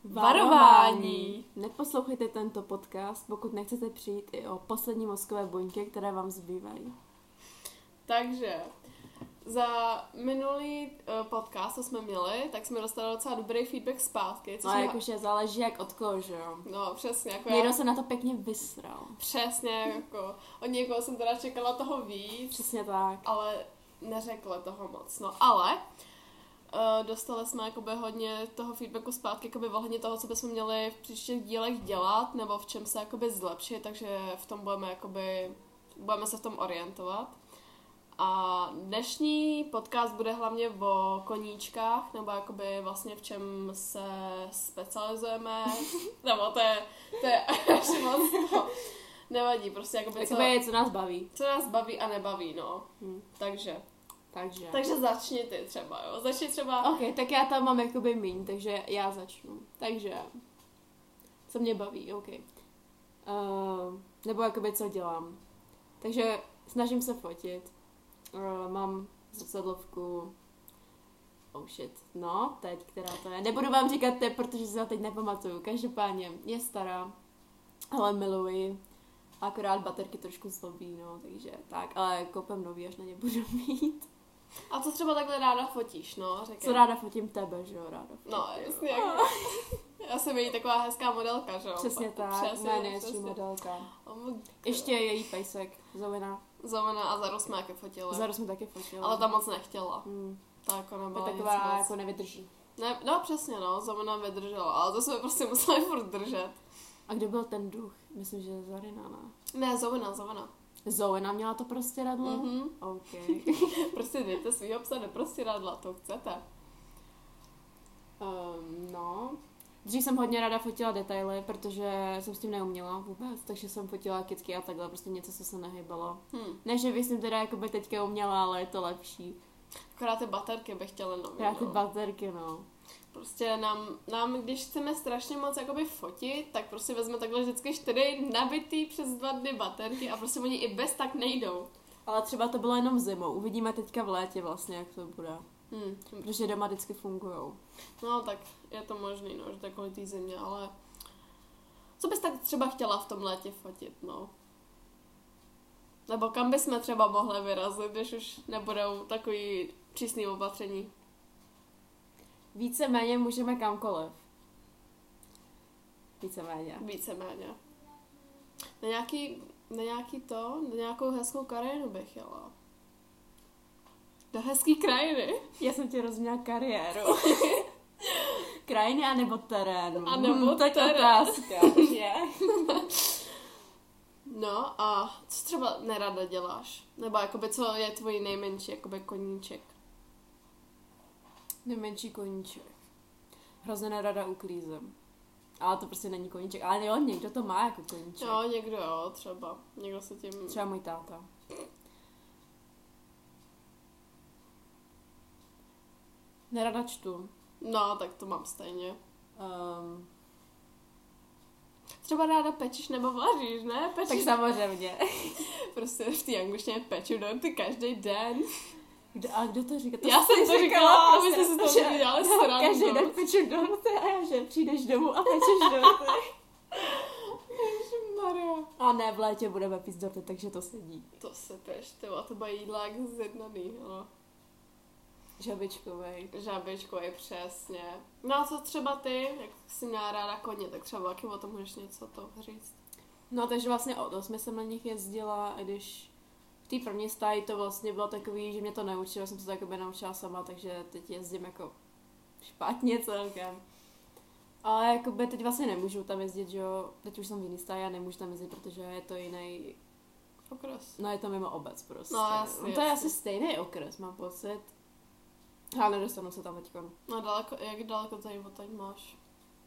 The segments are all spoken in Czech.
Varování! Neposlouchejte tento podcast, pokud nechcete přijít i o poslední mozkové buňky, které vám zbývají. Takže za minulý podcast, co jsme měli, tak jsme dostali docela dobrý feedback zpátky. No jakože záleží jak od koho, že jo? No, přesně. Jako někdo se na to pěkně vysral. Přesně, jako od někoho jsem teda čekala toho víc. Přesně tak. Ale neřekla toho moc. No, ale dostali jsme jakoby hodně toho feedbacku zpátky, jakoby ohledně toho, co bychom měli v příštích dílech dělat, nebo v čem se jakoby zlepšit, takže v tom budeme se v tom orientovat. A dnešní podcast bude hlavně o koníčkách, nebo jakoby vlastně v čem se specializujeme, nebo to je až moc, no. Nevadí, prostě jakoby co nás baví. Co nás baví a nebaví, no. Takže začni ty třeba, jo. Začni třeba... Ok, tak já tam mám jakoby míň, takže já začnu. Takže, co mě baví, ok. Nebo jakoby co dělám. Takže snažím se fotit. Mám zrcadlovku. Oh shit. No, teď, která to je. Nebudu vám říkat teď, protože si ho teď nepamatuju. Každopádně je stará, ale miluji. Akorát baterky trošku zlobí, no, takže tak. Ale koupím nový, až na ně budu mít. A co třeba takhle ráda fotíš, no? Řekej. Co ráda fotím tebe, že jo, ráda fotím. No, jasně. Jak... Já jsem její taková hezká modelka, že jo? Přesně tak, nejlepší modelka. Ještě její pejsek, Zovina a Zaru jsme taky fotili. Zaru jsme taky fotili. Ale ta moc nechtěla. Ta jako nebyla taková moc. Jako nevydrží. Ne, no přesně, no, Zovina vydržela, ale to jsme prostě museli furt držet. A kdo byl ten duch? Myslím, že Zarina, ne? Ne, Zovina. Zovina měla to prostěradlo? Mhm. OK. Prostě dejte svýho psa do prostěradla, to chcete. No. Dřív jsem hodně ráda fotila detaily, protože jsem s tím neuměla vůbec, takže jsem fotila kytky a takhle, prostě něco, co se nehybalo. Ne, že bych jsem teda jakoby teďka uměla, ale je to lepší. Akorát ty baterky bych chtěla nový. Já ty baterky, no. Prostě nám, když chceme strašně moc jakoby fotit, tak prostě vezme takhle vždycky 4 nabitý přes 2 dny baterky a prostě oni i bez tak nejdou. Ale třeba to bylo jenom zimou, uvidíme teďka v létě vlastně, jak to bude. Protože doma vždycky fungujou. No tak je to možný, no, že to je kvůli té zimě, ale co bys tak třeba chtěla v tom létě fotit, no? Nebo kam bychom třeba mohli vyrazit, když už nebudou takový přísný opatření? Víceméně můžeme kamkoliv. Víceméně. Na nějakou hezkou krajinu bych jela. Do hezký krajiny. Já jsem ti rozuměla kariéru. Krajiny anebo terénu. Tak otázka, že? No a co třeba nerada děláš? Nebo jakoby co je tvůj nejmenší jakoby koníček? Nejmenší koníček. Hrozně nerada uklízím. Ale to prostě není koníček. Ale jo, někdo to má jako koníček. Jo, někdo jo, třeba. Někdo se tím... Třeba můj táta. Nerada čtu. No, tak to mám stejně. Třeba ráda pečeš nebo vaříš, ne? Tak samozřejmě. Prostě v té angličtině peču dorty každý den. Kdo to říká? Já jsem to říkala, aby jste si to dělali srandu. Každý den peču dorty a já, že přijdeš domů a pečeš dorty. Ježišmarja. A ne, v létě budeme pít dorty, takže to sedí. To se peš, tyva, to bude jídla jak zjednaný, no. Žabičkovej, přesně. No a co třeba ty, jak jsi měla ráda koně, tak třeba taky o tom můžeš něco to říct. No takže vlastně od 8 jsem na nich jezdila, a když v té první stáji to vlastně bylo takový, že mě to neučilo, jsem se to jakoby naučila sama, takže teď jezdím jako špatně celkem. Ale jakoby teď vlastně nemůžu tam jezdit, že jo, teď už jsem v jiný stáji a nemůžu tam jezdit, protože je to jiný okres. No je to mimo obec prostě. No jasně. To je asi stejný okres, mám pocit. Ale nedostanu se tam teďkon. No jak daleko tady odtaď máš?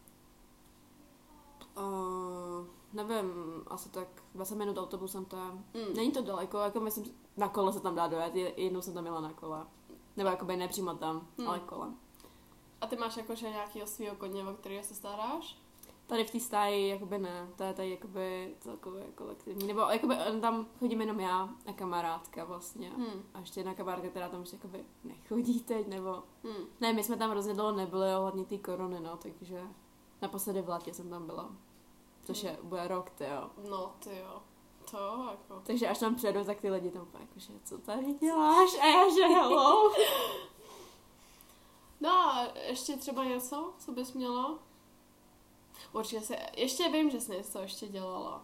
Nevím, asi tak 20 minut autobusem to je. Není to daleko, jako myslím, na kole se tam dá dojet, jednou jsem tam jela na kole. Nebo jakoby nepřímo tam, ale kolem. A ty máš jakože nějakýho svýho koně, o kterého se staráš? Tady v té stáji jakoby ne, to je tady jakoby celkově kolektivní, nebo jakoby tam chodím jenom já a kamarádka vlastně. A ještě jedna kamarádka, která tam už jakoby nechodí teď, nebo... Ne, my jsme tam hrozně dlouho nebyli ohledně té korony, no, takže Naposledy v létě jsem tam byla. Což bude rok, tyjo. No, tyjo. To jako... Takže až tam přijedu, tak ty lidi tam jakože, co tady děláš? A já, že hello. No a ještě třeba něco, co bys měla? Určitě ještě vím, že jsi něco ještě dělala.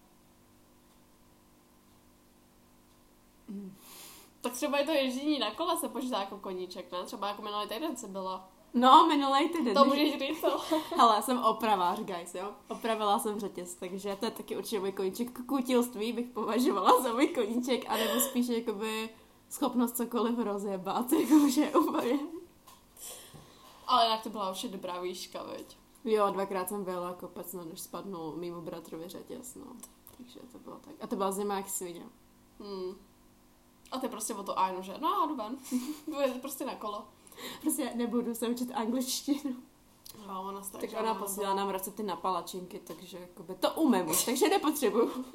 Tak třeba je to ježdění na kole se počítá jako koníček, ne? Třeba jako minulý týden se byla. No, minulej týden. To můžeš říct, Hele, jsem opravář, guys, jo. Opravila jsem řetěz, takže to je taky určitě můj koníček. Kutilství bych považovala za můj koníček, anebo spíš jakoby schopnost cokoliv rozjebat, jakože úplně. Ale jinak to byla určitě dobrá výška, veď. Jo, 2krát jsem vyjela kopec, no, než spadnul mýmu bratrovi řetěz, no. Takže to bylo tak. A to byla zima jak svině. A ty prostě o to ajno, že? No a jdu ven. Jdu prostě na kolo. Prostě nebudu se učit angličtinu. No, ona tak tak ona posílá nám recepty na palačinky, takže jakoby to umím už, takže nepotřebuju.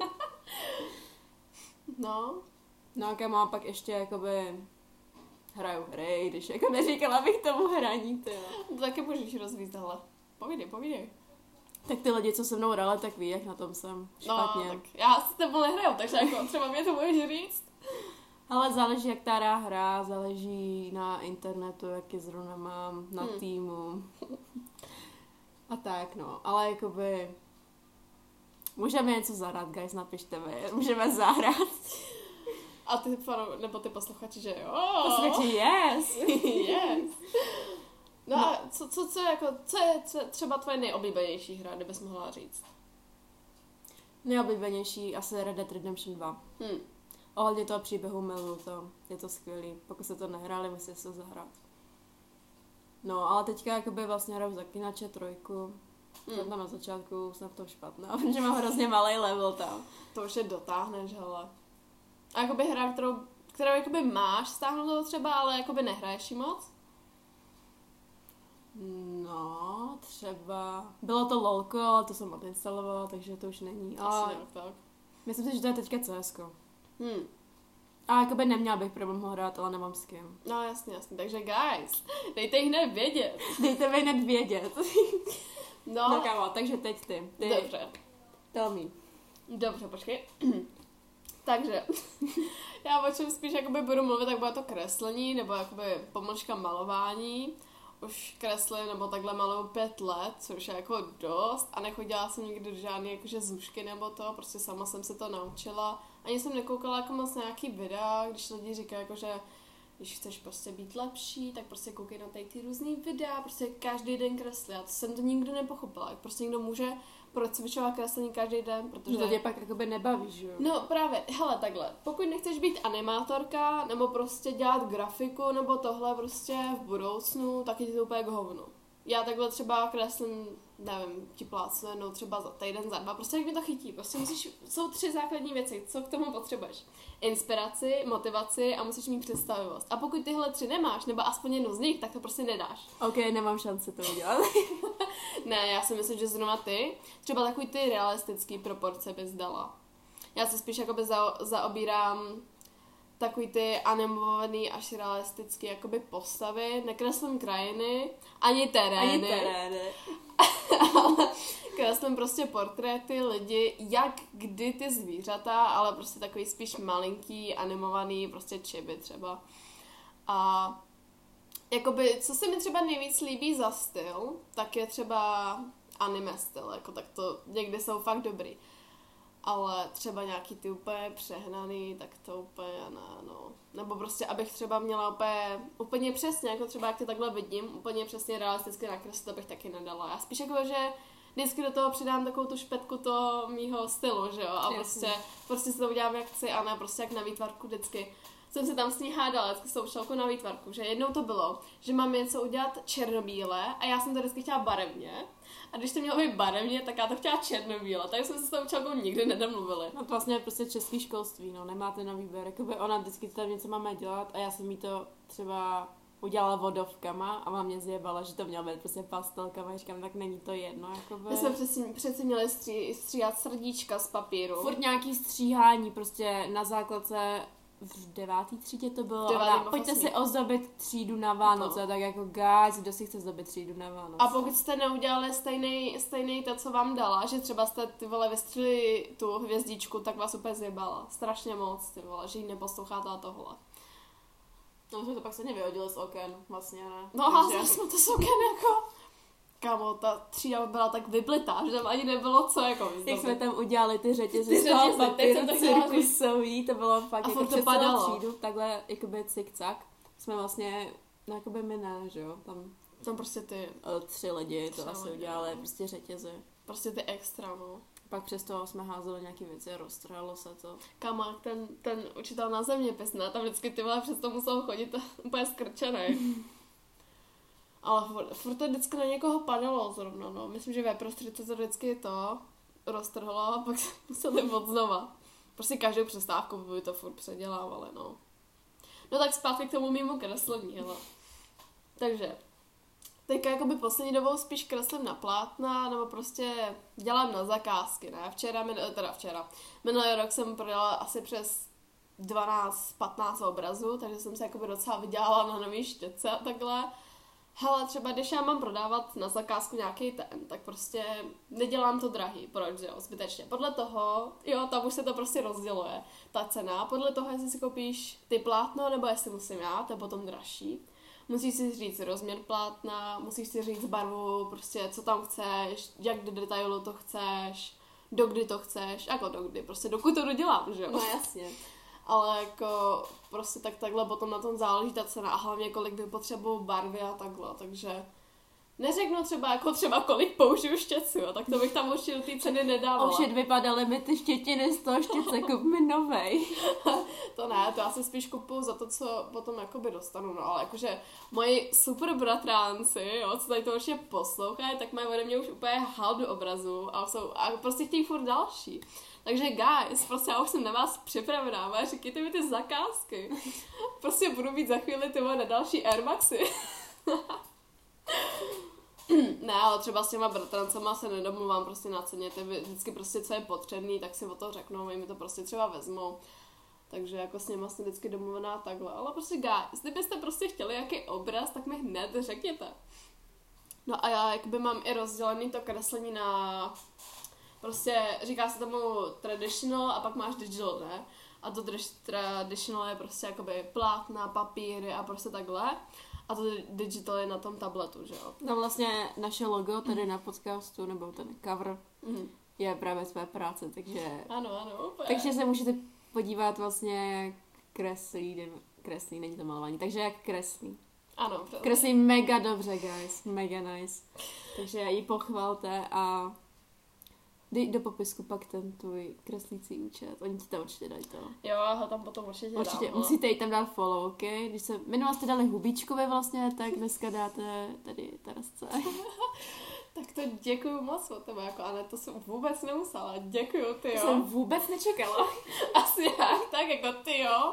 No. No a kámo, pak ještě jakoby hraju hry, když jako neříkala bych tomu hraní, ty jo. To taky můžeš rozvíct, ale povídej. Tak ty lidi, co se mnou hráli, tak ví, jak na tom jsem. Špatně. No, tak já s tebou nehraju, takže jako třeba mě to můžeš říct. Ale záleží, jak ta hra, záleží na internetu, jak je zrovna mám, na týmu. A tak, no. Ale jakoby... Můžeme něco zahrát, guys, napište mi. Můžeme zahrát. A ty nebo ty posluchači, že jo? Posluchači, yes! Yes! No a co je třeba tvoje nejoblíbenější hra, kdybys mohla říct? Nejoblíbenější asi Red Dead Redemption 2. Ohledně toho příběhu miluju to. Je to skvělý. Pokud se to nehráli, musíte se zahrát. No, ale teďka jakoby vlastně hraju Zaklínače 3. Jsem tam na začátku, jsem v tom špatná, protože mám hrozně malý level tam. To už je dotáhneš, hele. A jakoby hra, kterou jakoby máš stáhnutou třeba, ale jakoby nehraješ ji moc? No, třeba... Bylo to LOLko, ale to jsem odinstalovala, takže to už není. Ale tak. Myslím si, že to je teďka CSko. A jakoby neměla bych problém ho hrát, ale nemám s kým. No jasně. Takže guys, dejte jich hned vědět. Dejte mi hned vědět. No kámo, takže teď ty. Dobře. Tell me. Dobře, počkej. Takže, já o čem spíš jakoby budu mluvit, tak bude to kreslení, nebo jakoby pomlčka malování. Už kreslím, nebo takhle maluju 5 let, což je jako dost. A nechodila jsem nikdy do žádný jakože zůžky nebo to, prostě sama jsem se to naučila. Ani jsem nekoukala jako moc na nějaký videa, když lidi říkají jako, že když chceš prostě být lepší, tak prostě koukej na tady ty různý videa, prostě každý den kreslí. A to jsem to nikdo nepochopila. Jak prostě někdo může procvičovat kreslení každý den, protože... To tě pak jakoby nebaví, že jo? No právě, hele takhle, pokud nechceš být animátorka, nebo prostě dělat grafiku, nebo tohle prostě v budoucnu, tak je to úplně k hovnu. Já takhle třeba kreslím, nevím, ti plácnu jednou třeba za týden, za 2, prostě jak mi to chytí. Prostě jsou 3 základní věci, co k tomu potřebuješ. Inspiraci, motivaci a musíš mít představivost. A pokud tyhle 3 nemáš, nebo aspoň jednu z nich, tak to prostě nedáš. Ok, nemám šanci to udělat. Ne, já si myslím, že zrovna ty, třeba takový ty realistický proporce bys dala. Já se spíš jakoby zaobírám takový ty animovaný až realistický jakoby postavy, nekreslím krajiny, ani terény. Ale kreslím prostě portréty, lidi, jak kdy ty zvířata, ale prostě takový spíš malinký, animovaný, prostě čiby třeba. A jakoby, co se mi třeba nejvíc líbí za styl, tak je třeba anime styl, jako tak to někdy jsou fakt dobrý. Ale třeba nějaký ty úplně přehnaný, tak to úplně ne, no. Nebo prostě, abych třeba měla úplně přesně, jako třeba jak to takhle vidím, úplně přesně realisticky nakreslit, to bych taky nedala. Já spíš jako, že vždycky do toho přidám takovou tu špetku toho mýho stylu, že jo, a prostě si to udělám jak chci a ne prostě jak na výtvarku vždycky. Jsem se tam s ní hádala, s tou učitelkou na výtvarku, že jednou to bylo, že mám něco udělat černobílé a já jsem to vždycky chtěla barevně. A když to mělo být barevně, tak já to chtěla černobíle, takže jsme se s tou učitelkou nikdy nedomluvili. No to vlastně je prostě český školství, no, nemáte na výběr, jakoby ona vždycky tam něco máme dělat a já jsem jí to třeba udělala vodovkama a ona mě zjebala, že to mělo být prostě pastelkama, říkám, tak není to jedno, jakoby. My jsme přeci měli stříhat srdíčka z papíru. Furt nějaký stříhání, prostě na základce v 9. třídě to bylo. Pojďte si 8. ozdobit třídu na Vánoce, tak jako guys, kdo si chce zdobit třídu na Vánoce. A pokud jste neudělali stejný to, co vám dala, že třeba jste ty vole vystřelili tu hvězdičku, tak vás úplně zjebala. Strašně moc, ty vole, že ji neposloucháte a tohle. No, že to pak se nevyhodili z oken, vlastně, ne? No a zase jsme to z oken jako... Kámo, ta třída byla tak vyblitá, že tam ani nebylo co jako vyzdobit. Jak jsme tam udělali ty řetězy z toho papíru cirkusový, to bylo fakt a jako přes celou třídu, takhle jakoby cik-cak. Jsme vlastně, no jakoby my ne, že jo, tam prostě ty... 3 lidi to asi udělali, prostě řetězy. Prostě ty extra, no. Pak přes toho jsme házeli nějaký věci a roztrhalo se to. Kámo, ten učitel na zeměpis, ne? Tam vždycky ty vole přes to musel chodit úplně skrčený. Ale furt to vždycky na někoho padalo zrovna, no. Myslím, že ve prostředce to vždycky to roztrhlo a pak se museli od znova. Prostě každou přestávku by to furt předělávali, no. No tak zpátky k tomu mimo kreslení, hele. Takže, teďka jakoby poslední dobou spíš kreslím na plátna, nebo prostě dělám na zakázky, ne? Minulý rok jsem prodala asi přes 12-15 obrazů, takže jsem se jakoby docela vydělala na nový štětce a takhle. Hele, třeba když já mám prodávat na zakázku nějaký tak prostě nedělám to drahý, proč, jo, zbytečně. Podle toho, jo, tam už se to prostě rozděluje, ta cena, podle toho, jestli si koupíš ty plátno, nebo jestli musím já, to je potom dražší. Musíš si říct rozměr plátna, musíš si říct barvu, prostě co tam chceš, jak do detailu to chceš, dokdy to chceš, jako dokdy, prostě dokud to dodělám, že jo. No jasně. Ale jako prostě takhle potom na tom záleží ta cena a hlavně kolik vypotřebuju barvy a takhle, takže neřeknu třeba kolik použiju štětců, tak to bych tam určitě do té ceny nedávala. Ovšem vypadaly mi ty štětiny z toho štětce, kup mi novej. To ne, to já si spíš kupuju za to, co potom jakoby dostanu, no ale jakože moji super bratránci, jo, co tady to určitě poslouchají, tak mají ode mě už úplně haldu obrazů a prostě chtějí furt další. Takže guys, prostě já už jsem na vás připravená, ale říkejte mi ty zakázky. Prostě budu mít za chvíli ty na další Air Maxy. Ne, ale třeba s těma bratrancema se nedomluvám prostě na ceně, vždycky prostě co je potřebný, tak si o to řeknou, mi to prostě třeba vezmou. Takže jako s něma jsem vždycky domluvená takhle. Ale prostě guys, kdybyste prostě chtěli jaký obraz, tak mi hned řekněte. No a já jakoby mám i rozdělený to kreslení na... Prostě říká se tomu traditional a pak máš digital, ne? A to traditional je prostě jakoby plátna, papíry a prostě takhle. A to digital je na tom tabletu, že jo? No vlastně naše logo tady na podcastu, nebo ten cover, je právě své práce, takže... Ano, úplně. Takže se můžete podívat vlastně, jak kreslí, není to malování, takže jak kreslí. Ano, přesně. Kreslí mega dobře, guys, mega nice. Takže ji pochvalte a dej do popisku pak ten tvůj kreslící účet. Oni ti tam určitě dají to. Jo, já ho tam potom určitě dám. Musíte jí tam dát follow, ok? Když se minule jste dali Hubíčkovi vlastně, tak dneska dáte tady Terasce. Tak to děkuju moc od tebe, jako Anet, to jsem vůbec nemusela. Děkuju, ty jo. To jsem vůbec nečekala. Asi jak, tak jako ty jo.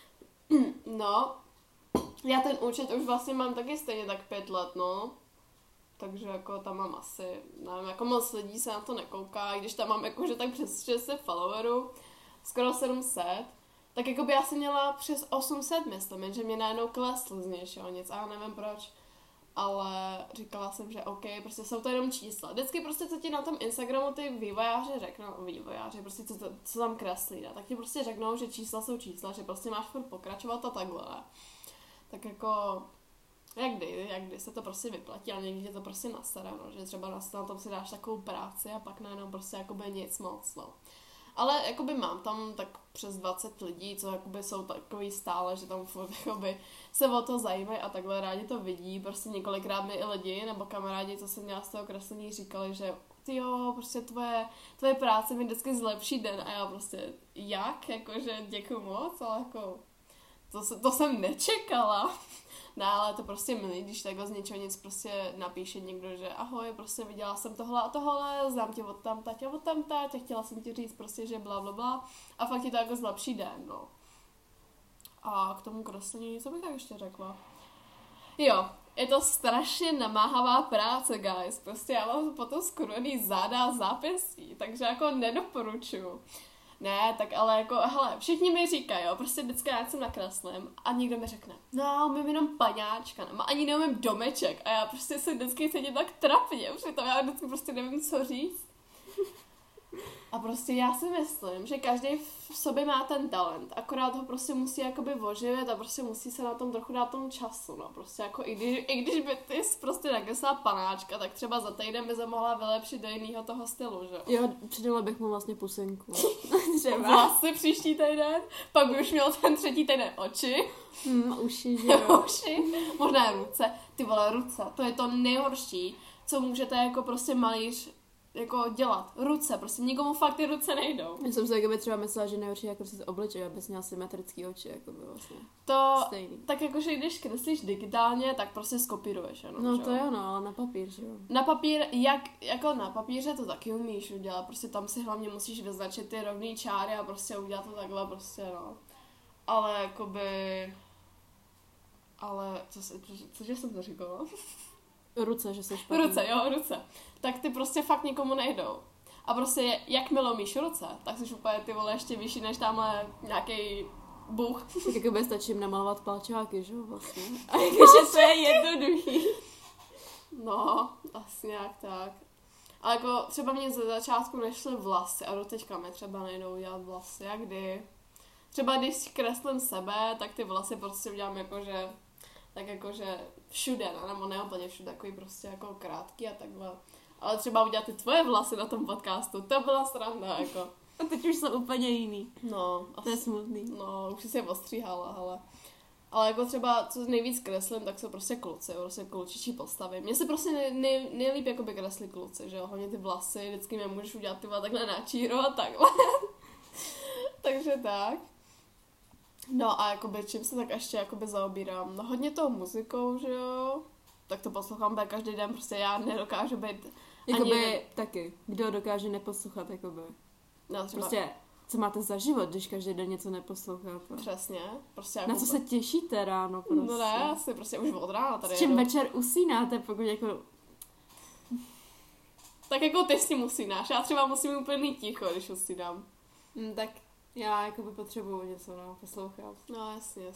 No, já ten účet už vlastně mám taky stejně tak 5 let, no. Takže jako tam mám asi, nevím, jako moc lidí se na to nekouká, i když tam mám jakože tak přes 600 followerů, skoro 700, tak jako by já jsem měla přes 800, myslím, že mě najednou klesl z něčeho nic, a já nevím proč, ale říkala jsem, že OK, prostě jsou to jenom čísla. Vždycky prostě, co ti na tom Instagramu ty vývojáři řeknou, prostě co tam kreslí, tak ti prostě řeknou, že čísla jsou čísla, že prostě máš furt pokračovat a takhle. Tak jako... Jak kdy se to prostě vyplatí, ale někdy je to prostě nasere, no, že třeba na tom si dáš takovou práci a pak najednou prostě jakoby nic moc, no. Ale jakoby mám tam tak přes 20 lidí, co jakoby jsou takový stále, že tam furt jakoby se o to zajímají a takhle rádi to vidí, prostě několikrát mi i lidi nebo kamarádi, co jsem měla z toho kreslení, říkali, že tyjo, prostě tvoje práce mi vždycky zlepší den a já prostě jak, jakože děkuju moc, ale jako to jsem nečekala. No, ale to prostě milý, když takhle z ničeho nic prostě napíše někdo, že ahoj, prostě viděla jsem tohle a tohle, znám tě od tamtať a chtěla jsem ti říct prostě, že bla bla bla a fakt je to jako zlepší den, no. A k tomu kreslení, co bych tak ještě řekla? Jo, je to strašně namáhavá práce, guys, prostě já mám potom skrujený záda a zápěstí, takže jako nedoporučuju. Ne, tak ale jako, hele, všichni mi říkají, jo, prostě vždycky já jsem nakreslím a někdo mi řekne, no, umím jenom paňáčka, no, ani neumím domeček a já prostě se vždycky cítím tak trapně, přitom já vždycky prostě nevím, co říct. A prostě já si myslím, že každý v sobě má ten talent, akorát ho prostě musí jakoby oživit a prostě musí se na tom trochu dát tomu času, no, prostě jako i když by ty jsi prostě nakreslila panáčka, tak třeba za týden by se mohla vylepšit do jiného toho stylu, že? Jo, přidala bych mu vlastně pusenku. Vlasy příští týden, pak by už měl ten třetí týden oči. Uši, že jo. Uši, možná ruce. Ty vole, ruce, to je to nejhorší, co můžete jako prostě malíř jako dělat. Ruce, prostě nikomu fakt ty ruce nejdou. Já jsem si jakoby třeba myslela, že nejhorší jako si obličej, abys měla symetrický oči, jako by vlastně. To, stejný. tak jakože když kreslíš digitálně, tak prostě skopíruješ, ano. No že to jo, no, ale na papír, že jo. Na papír, jako na papíře to taky umíš udělat, prostě tam si hlavně musíš vyznačit ty rovné čáry a prostě udělat to takhle prostě, no. Ale jakoby... Ale, cože jsem to říkala? Ruce, že jsi špatný. Ruce. Tak ty prostě fakt nikomu nejdou. A prostě jakmile umíš ruce, tak jsi úplně ty vole ještě vyšší než tamhle nějaký bůh. Tak jakoby stačím namalovat palčáky, že jo, vlastně. A jakože to je jednoduchý. No, asi nějak tak. Ale jako třeba mě ze začátku nešly vlasy a do teďka mi třeba nejdou dělat vlasy, jak kdy. Třeba když kreslím sebe, tak ty vlasy prostě udělám jakože, tak jakože všude, nebo ne úplně všude, takový prostě jako krátký a takhle. Ale třeba udělat ty tvoje vlasy na tom podcastu, to byla sranda, jako. A teď už jsou úplně jiný. No. To je smutný. No, už jsi je ostříhala, hele. Ale jako třeba, co nejvíc kreslím, tak jsou prostě kluci, prostě klučičí postavy. Mně se prostě nejlíp jakoby kreslí kluci, že jo, hlavně ty vlasy, vždycky mě můžeš udělat ty takhle na číro a takhle. Takže tak. No a jakoby čím se tak ještě jakoby zaobírám? No hodně tou muzikou, že jo. Tak to poslouchám každý den, prostě já nedokážu být Jakoby ani... taky. Kdo dokáže neposlouchat, jakoby. No, třeba... Prostě, co máte za život, když každý den něco neposloucháte? Přesně. Prostě jako... Na co se těšíte ráno prostě? No ne, asi prostě už od rána tady s čím jedu. večer usínáte, pokud jako... Tak jako ty s tím usínáš, já třeba musím úplně ticho, když usínám. Tak já jakoby potřebuju něco, no, poslouchat. No jasně.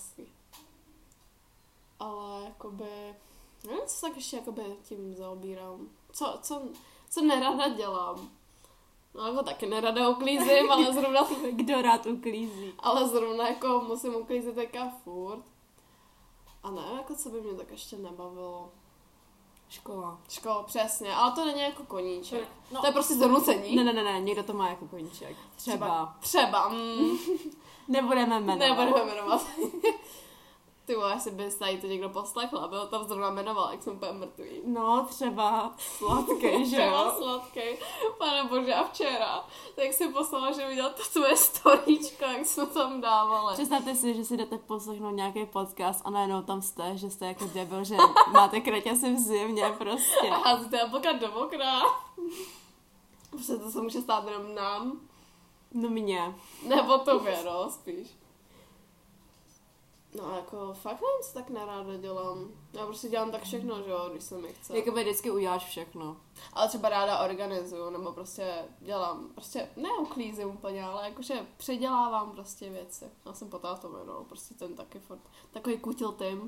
Ale jakoby... Nevím, co tak ještě jakoby tím zaobírám. Co nerada dělám. No jako taky nerada uklízím, ale zrovna... Kdo rád uklízí? Ale zrovna jako musím uklízet teďka furt. A ne, jako co by mě tak ještě nebavilo. Škola, přesně. Ale to není jako koníček. No. To je prostě zrucení. Ne, někdo to má jako koníček. Třeba. Nebudeme jmenovat. Ty vole, jestli by se tady to někdo poslechl a byl tam zrovna jmenoval, jak jsme úplně mrtví. No, třeba sladký, že jo? Sladký. Pane bože, a včera, tak jsem poslala, že viděl to tvoje storíčko, jak jsme tam dávali. Představte si, že si jdete poslechnout nějaký podcast a najednou tam jste, že jste jako debil, že máte kraťasy v zimě prostě. A házíte jablka do okna. Prostě to se může stát jenom nám. No mě. Nebo tobě, no, spíš. No jako fakt nevím, co tak neráda dělám. Já prostě dělám tak všechno, že jo, když se mi chce. Jakoby vždycky uděláš všechno. Ale třeba ráda organizuju, nebo prostě dělám, prostě neuklízím úplně, ale jakože předělávám prostě věci. Já jsem po tátovi, no, prostě ten taky furt, takový kutil tým.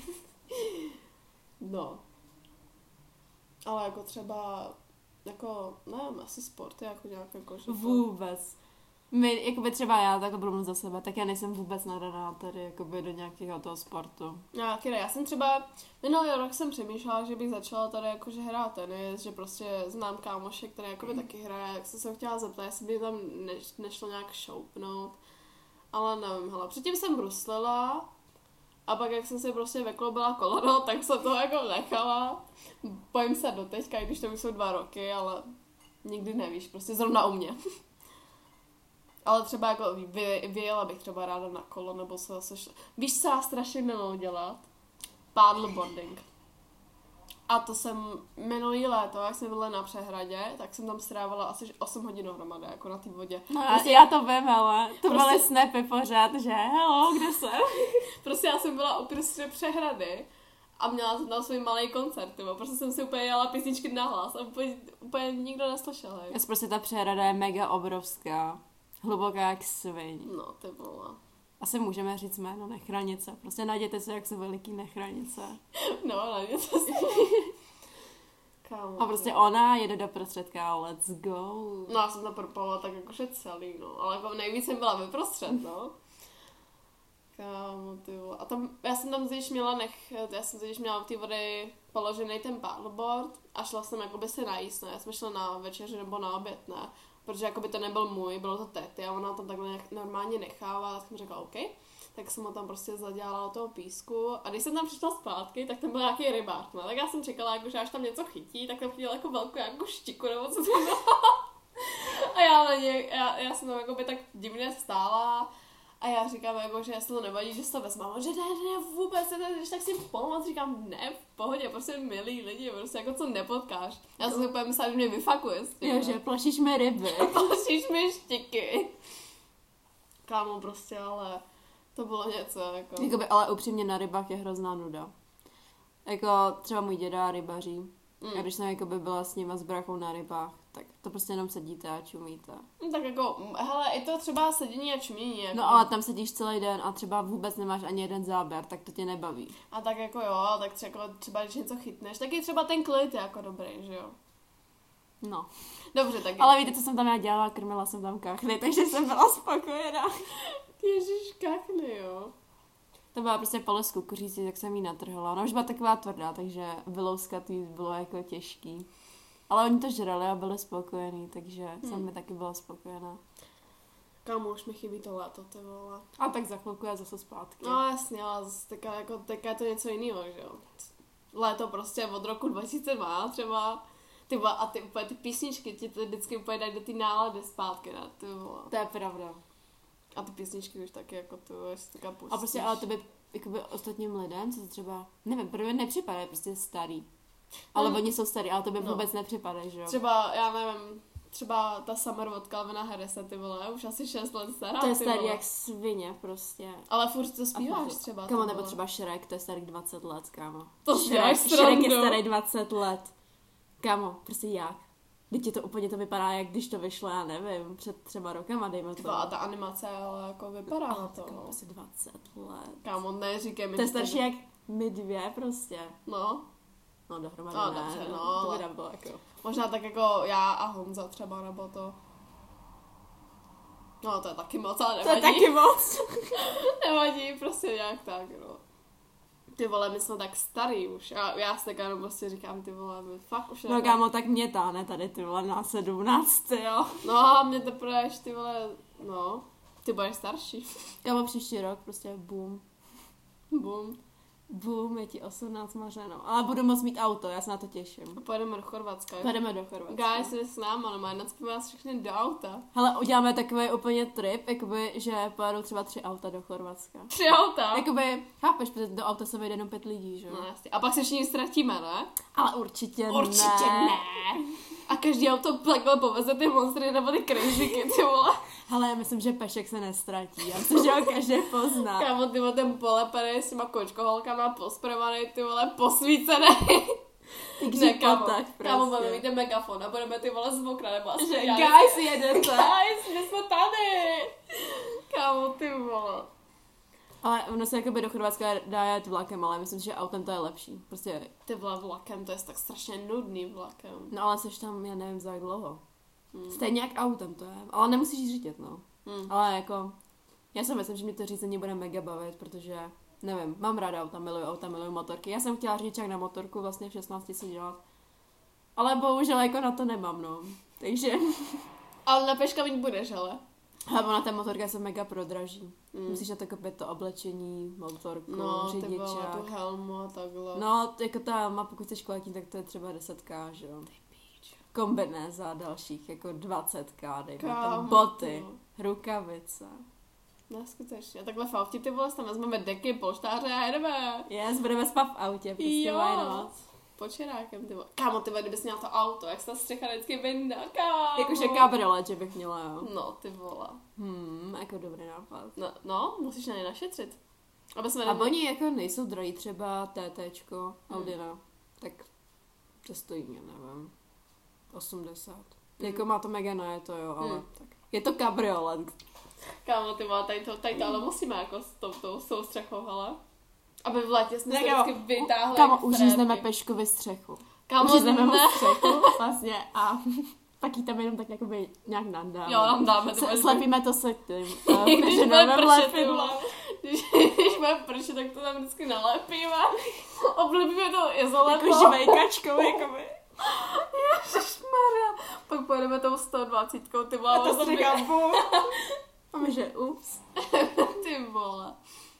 No. Ale jako třeba, jako, nevím, asi sport je jako nějak jako, že Vůbec. My, jakoby třeba já takhle budu mluvit za sebe, tak já nejsem vůbec nadaná tady jakoby do nějakého toho sportu. Já jsem třeba, minulý rok jsem přemýšlela, že bych začala tady jakože hrát tenis, že prostě znám kámoše, které jakoby taky hraje, jak jsem se chtěla zeptat, jestli by tam nešlo nějak šoupnout, ale nevím, hele, předtím jsem bruslila a pak jak jsem si prostě vekloubila koleno, tak jsem to jako nechala, bojím se doteďka, i když to už jsou 2 roky, ale nikdy nevíš, prostě zrovna u mě. Ale třeba jako vyjela bych třeba ráda na kolo, nebo se zase šla. Víš, co já strašně miluji dělat? Paddleboarding. A to jsem minulý léto, jak jsme byli na přehradě, tak jsem tam strávila asi 8 hodin dohromady, jako na té vodě. No prostě, já to vím, ale to byly snapy pořád, že hello, kde jsem? Prostě já jsem byla uprostřed přehrady a měla jsem tam svůj malý koncert, tyvo. Prostě jsem si úplně jela písničky nahlas a úplně nikdo neslyšel. Prostě ta přehrada je mega obrovská. Hluboká jak sviň. No, ty vole. Asi můžeme říct jméno Nechranice. Prostě najděte si, jak jsou veliký Nechranice. No, ale je to Kámo, A prostě ona jede do prostředka, let's go. No, já jsem to propala tak jakože celý, no. Ale jako nejvíc jsem byla vyprostřed, no. Kámo, ty vole. A tam, já jsem totiž měla u té vody položený ten paddleboard a šla jsem jakoby se najíst, ne. Já jsem šla na večeři nebo na oběd, ne. Protože jakoby to nebyl můj, bylo to tety a ona tam takhle normálně nechává, tak jsem řekla OK. Tak jsem ho tam prostě zadělala do toho písku a když jsem tam přišla zpátky, tak tam byl nějaký rybář, no. Tak já jsem čekala, jako, že až tam něco chytí, tak tam chytila jako velkou jako štiku nebo co to bylo. A já jsem tam jakoby tak divně stála a já říkám, jako, že jestli to nevadí, že se to vezmám, že ne, vůbec, když tak si pomoct, říkám, ne, v pohodě, prostě milí lidi, prostě jako co nepotkáš. Já jsem si úplně myslela, že mě vyfakuje s tím. Jo, že plašíš mi ryby. Plašíš mi štiky. Kámo, prostě, ale to bylo něco, jako. Jakoby, ale upřímně na rybách je hrozná nuda. Jako třeba můj děda rybaří. A když jsem jakoby byla s nima s brachou na rybách, tak to prostě jenom sedíte a čumíte. No, tak jako, hele, i to třeba sedění a čumění. Jako. No ale tam sedíš celý den a třeba vůbec nemáš ani jeden záběr, tak to tě nebaví. A tak jako jo, tak třeba když něco chytneš, tak je třeba ten klid jako dobrý, že jo. No. Dobře, tak. Ale víte, co jsem tam já dělala? Krmila jsem tam kachny, takže jsem byla spokojená. Ježiš, kachny, jo. To byla prostě pole z kukuříci, tak jsem jí natrhla. Ona už byla taková tvrdá, takže vylouskat jí bylo jako těžký. Ale oni to žrali a byli spokojení, takže jsem mi taky byla spokojená. Kámo, už mi chybí to léto, ty vole. A tak za chvilku je zase zpátky. No jasně, ale zase teďka je to něco jiného, že jo. Léto prostě od roku 2002 třeba. Ty vole, a ty písničky ti to vždycky úplně dají do té nálady zpátky, ne? Ty vole. To je pravda. A ty písničky už taky jako ty vole, si taká pustíš. A prostě ale to by jakoby ostatním lidem, co třeba, nevím, prvně nepřipadají prostě starý. Ale oni jsou starý, ale to by vůbec nepřipadají, že jo? Třeba, já nevím, třeba ta Summer od Calvina Harrisa, ty vole, už asi 6 let stará, To je ty starý vole. jak svině prostě. Ale furt to zpíváš třeba. Kámo, ty nebo vole. třeba Shrek, to je starý 20 let, kámo. To Shrek srandu. je starý 20 let. Kámo, prostě jak? Teď to úplně to vypadá, jak když to vyšlo, já nevím, před třeba rokama, dejme to. A ta animace ale jako vypadá na to, no. Prostě 20 let. Kámo, neříkej mi. To je starší jak my dvě prostě. No. No dohromady No, ne. dobře, no, To ale- by bylo jako... Možná tak jako já a Honza třeba, nebo to. No, to je taky moc, ale To je nevadí. taky moc. Nevadí, prostě nějak tak, no. Ty vole, my jsme tak starý už. A já si tak jenom prostě říkám, ty vole, my fakt už No nevím. kámo, tak mě táhne tady ty vole na 17, jo. No a mě teprve ještě, ty vole, no. Ty budeš starší. Kámo, příští rok prostě boom. Bum. Boom, je ti 18 mařeno. Ale budu moc mít auto, já se na to těším. Pojedeme do Chorvatska. Pojedeme do Chorvatska. Guys, jde s náma, no, nacpíme vás všechny do auta. Hele, uděláme takový úplně trip, jakoby, že pojedou třeba 3 auta do Chorvatska. 3 auta. Jakoby, chápeš, protože do auta se vejde jenom 5 lidí, že jo? No jasně. A pak se všichni ztratíme, ne? Ale určitě ne. A každý auto takhle poveze ty monstry nebo ty crazyky, ty vole. Hele, já myslím, že Pešek se nestratí. Já myslím, že ho každý pozná. Kámo, ty vole, ten polepený s těma kočkoholkama, pospremaný, ty vole, posvícený. Ty Ne, křipotak prostě. kámo, budeme mít ten megafon a budeme ty vole z okna, nebo asi já Guys, jedete. Guys, my jsme tady. Kámo, ty vole. Ale ono se jakoby do Chorvatska dá jet vlakem, ale myslím, že autem to je lepší. Prostě, Ty vole, vlakem, to je tak strašně nudný vlakem. no ale seš tam, já nevím, za jak dlouho. Stejně jak autem to je. Ale nemusíš řídit, no. Ale jako, já si myslím, že mě to řízení bude mega bavit, protože, nevím, mám ráda auta, miluju motorky. Já jsem chtěla řidičák na motorku vlastně v 16 si dělat. Ale bohužel jako na to nemám, no. Takže, Ale na Peška mít budeš, hele. ale na té motorka se mega prodraží. Musíš na to koupit to oblečení, motorku, No, ty vole, řidičák. tu helmu a takhle. No, jako ta má, pokud chceš kvalitní, tak to je třeba 10k, že jo. Kombinéza a dalších, jako 20k, dejme Kámo, tam boty, ty rukavice. Neskutečně. A takhle v autě, ty vole, tam vezmeme deky, polštáře a jedeme. Yes, budeme spát v autě, prostě Jo. why not? Počerákem, ty vole. Kámo, ty vole, kdybys měla to auto, jak se ta střecha vždycky vyndá, kámo. Jakože kabriolet, že bych měla, jo. No, ty vole. Jako dobrý nápad. No, musíš na ně našetřit. Aby jsme A oni jako nejsou drahý, třeba TTčko, Audina, tak to stojí, já nevím, 80. Jako má to mega na je to, jo, ale tak. Je to kabriolet. Kámo, ty vole, tady to ale musíme jako s tou soustřechou, hele. Aby v létě jsme se Kámo, vždycky vytáhli. Kámo, jak uřízneme frétky. Peškovi střechu. Kámo, Uřízneme mu ne. střechu vlastně a pak ji tam jenom tak jakoby nějak nadáme. Jo, nám dáme. Slepíme to se tím. Když bude pršet, ty vole. Když bude pršet, tak to tam vždycky nalepíme. Oblíbíme to izoletou. Jako žvejkačkou, jakoby. Ježišmarja. Pak pojedeme tou 120, ty vole. A to osobně. říkám, bum. Máme, že ups. Ty vole.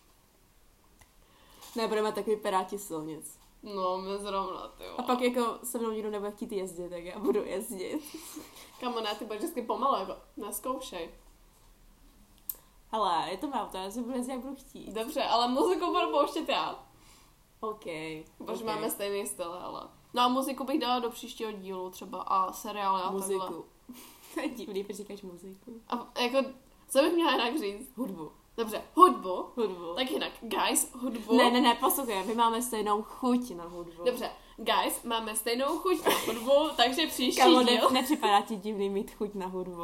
Ne, budeme takový piráti silnic. No, my zrovna, ty vole. A pak jako se mnou nikdo nebude chtít jezdit, tak já budu jezdit. Kamo, ne, ty budeš vždycky pomalu, jako neskoušej. Hele, je to má auto, já si budu jezdit, jak budu chtít. Dobře, ale muziku budu pouštět já. OK. Protože OK. máme stejný styl, ale. No a muziku bych dala do příštího dílu třeba a seriály a takhle. Muziku. To je divný, proč říkáš muziku. A jako, co bych měla jinak říct? Hudbu. Dobře, hudbu. Hudbu. Tak jinak, guys, hudbu. Ne, poslouchej, my máme stejnou chuť na hudbu. Dobře, guys, máme stejnou chuť na hudbu, takže příští Kamo, díl. nepřipadá ti divný mít chuť na hudbu.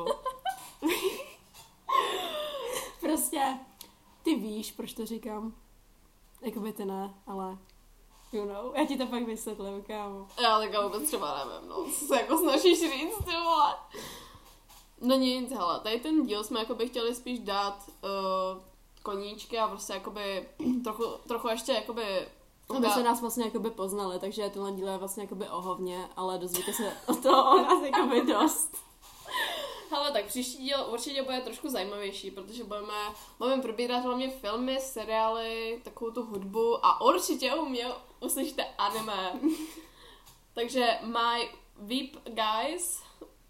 Prostě, ty víš, proč to říkám. Jakoby ty ne, ale you know, já ti to pak vysvětlím, kámo. Já tak vůbec třeba nevím, no, co se jako snažíš říct, ty vole. No nic, hele, tady ten díl jsme jakoby chtěli spíš dát koníčky a prostě jakoby trochu ještě jakoby... Aby se nás vlastně jakoby poznali, takže tenhle díl je vlastně jakoby o hovně, ale dozvíte se o toho o nás jakoby dost. Hele, tak příští díl určitě bude trošku zajímavější, protože budeme probírat hlavně filmy, seriály, takovou tu hudbu a určitě u mě uslyšíte anime. Takže my Veep Guys.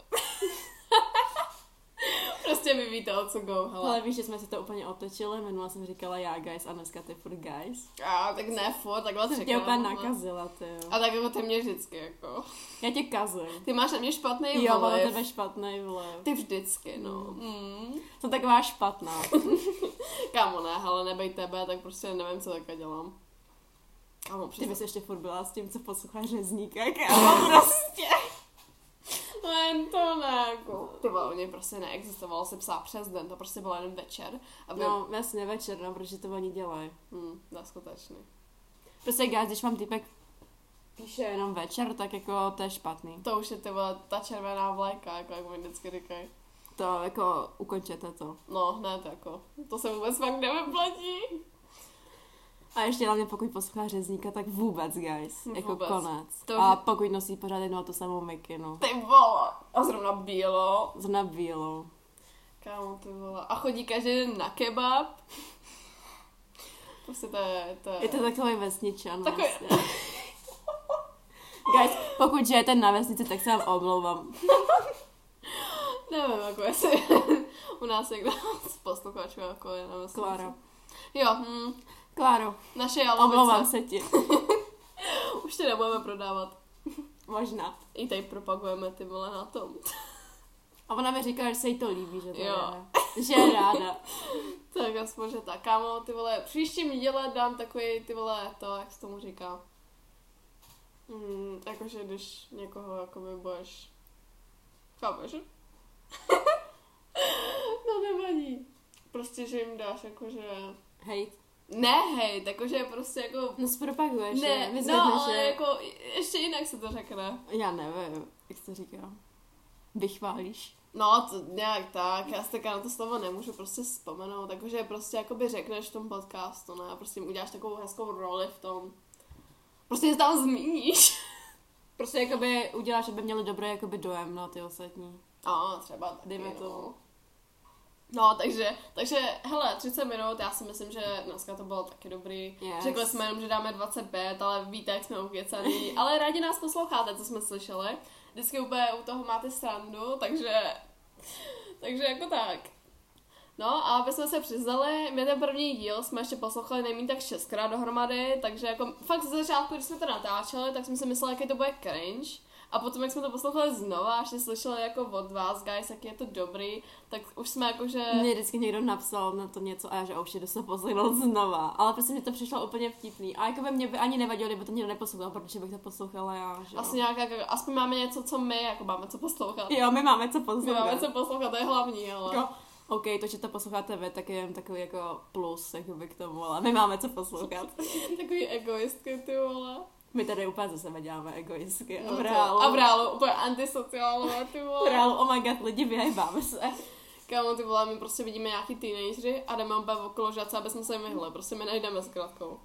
Prostě vy víte, o co go, hele. Ale víš, že jsme se to úplně otočili, minule jsem říkala já guys a dneska ty furt guys. A tak ne, furt, takhle Jsem tě úplně nakazila, ty jo. A tak jako ty mě vždycky, jako. Já tě kazím. Ty máš na mě špatný vliv. Jo, mám na tebe špatný vliv. Ty vždycky, no. Mm. Jsem taková špatná. Kámo, ne, hele, nebej tebe, tak prostě nevím, co takhle dělám. Kámo, Ty bys ještě furt byla s tím, co posloucháš řezníka, kámo, prostě. Len to ne, jako. Ty vole, u něj prostě neexistovalo se psát přes den, to prostě bylo jen večer. A No, jasně večer, no, protože to oni dělají. neskutečný. Prostě guys, když vám typek píše jenom večer, tak jako to je špatný. To už je ty vole, ta červená vlajka, jako jak mi vždycky říkají. To jako ukončete to. No, hned jako. To se vůbec fakt nevyplatí. A ještě hlavně pokud poslouchá řezníka, tak vůbec, guys. Jako Vůbec. konec. To- A pokud nosí pořád jednou a tu samou mikinu. Ty vole. A zrovna bílo. Zrovna bílou. Kámo, ty vole. A chodí každý den na kebab. Prostě to je... Je to takový vesničan. Takový- Vlastně. Guys, pokud žijete na vesnici, tak se vám omlouvám. Nevím, jako jestli u nás někdo z posluchačů jako je na vesnici. Klára. Jo, Kláro, naše omlouvám jalovice. se ti. Už tě nebudeme prodávat. Možná. I tady propagujeme ty vole na tom. A ona mi říká, že se jí to líbí, že to Jo. je. Že je ráda. Tak aspoň, že tak. Kámo, ty vole, příštím díle dám takový, ty vole, to, jak se tomu říká. Jakože když někoho, jakoby, budeš... Chápeš? No nevadí. Prostě, že jim dáš, jakože... Hej, Ne, hej, jakože prostě jako... no zpropaguješ, Ne, je? no, Vyzvedneš ale je. jako ještě jinak se to řekne. Já nevím, jak se to říká. Vychválíš. No, to nějak tak, já si tak na to slovo nemůžu prostě vzpomenout, takže prostě jakoby řekneš v tom podcastu, ne, prostě uděláš takovou hezkou roli v tom. Prostě se tam zmíníš. Prostě jakoby uděláš, aby měli dobrý jakoby dojem na ty ostatní. A třeba taky, Dejme no. tomu. No, takže, hele, 30 minut, já si myslím, že dneska to bylo taky dobrý. Yes. Řekli jsme jenom, že dáme 25, ale víte, jak jsme ukecaný. Ale rádi nás posloucháte, co jsme slyšeli. Vždycky úplně u toho máte srandu, takže jako tak. No a aby jsme se přiznali, my ten první díl jsme ještě poslouchali nejméně tak 6krát dohromady, takže jako fakt ze začátku, když jsme to natáčeli, tak jsme si mysleli, jaký to bude cringe. A potom, jak jsme to poslouchali znova, až jsme slyšeli jako od vás, guys, jak je to dobrý, tak už jsme jakože... Mně vždycky někdo napsal na to něco a já, že už jdu se poslechnout znova. Ale prostě mi to přišlo úplně vtipný. A jako by mě by ani nevadilo, kdyby to někdo neposlouchal, protože bych to poslouchala já, že Asi nějak, jako, aspoň máme něco, co my jako máme co poslouchat. Jo, my máme co poslouchat. My máme co poslouchat, to je hlavní, ale... Jo. OK, to, že to posloucháte vy, tak je jen takový jako plus jakoby k tomu, ale my máme co poslouchat. Takový egoistky, ty vole. My tady úplně ze sebe děláme egoistky. No a v reálu úplně antisociálové, ty vole. V reálu, oh my god, lidi, vyhejbáme se. Kámo, ty vole, my prostě vidíme nějaký teenagery a jdeme úplně okolo žáce, aby jsme se jim vyhli. Prostě my nejdeme s kratkou.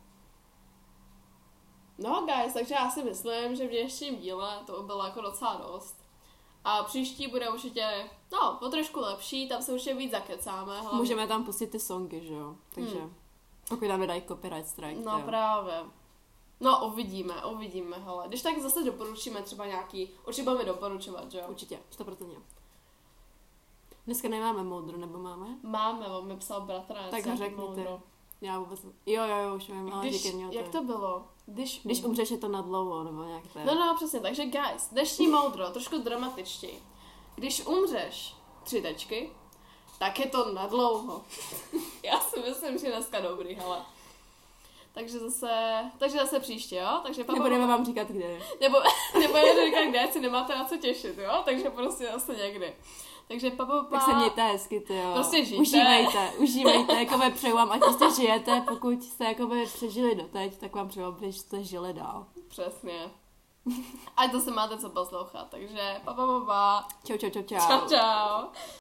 No guys, takže já si myslím, že v dnešním díle to bylo jako docela dost. A příští bude určitě, no, po trošku lepší, tam se určitě víc zakecáme. Hlavně. Můžeme tam pustit ty songy, že jo? Takže pokud nám nedají copyright strike. No jo. právě. No uvidíme, hele. Když tak zase doporučíme třeba nějaký, určitě budeme doporučovat, že jo? Určitě, 100%. Dneska nemáme moudro, nebo máme? Máme, on mi psal bratranec. Tak ho řekni ty. Já vůbec... Jo, už vím, ale díky mě. Jak to bylo? Když umřeš, je to na dlouho, nebo nějak tak. No, přesně, takže guys, dnešní moudro, trošku dramatičtěji. Když umřeš, 3 tečky, tak je to na dlouho. Já si myslím, že dneska dobrý, hele. Takže zase příště, jo? Takže Nebudeme vám říkat, kde. Nebudeme říkat, kde, si nemáte na co těšit, jo? Takže prostě zase někdy. Takže Tak se mějte hezky, ty jo. Prostě žijte. Užívejte, jakoby přeju vám, ať prostě žijete, pokud jste jakoby přežili doteď, tak vám přeju, abyste žili dál. Přesně. Ať zase máte co poslouchat, takže pa. Čau. Čau.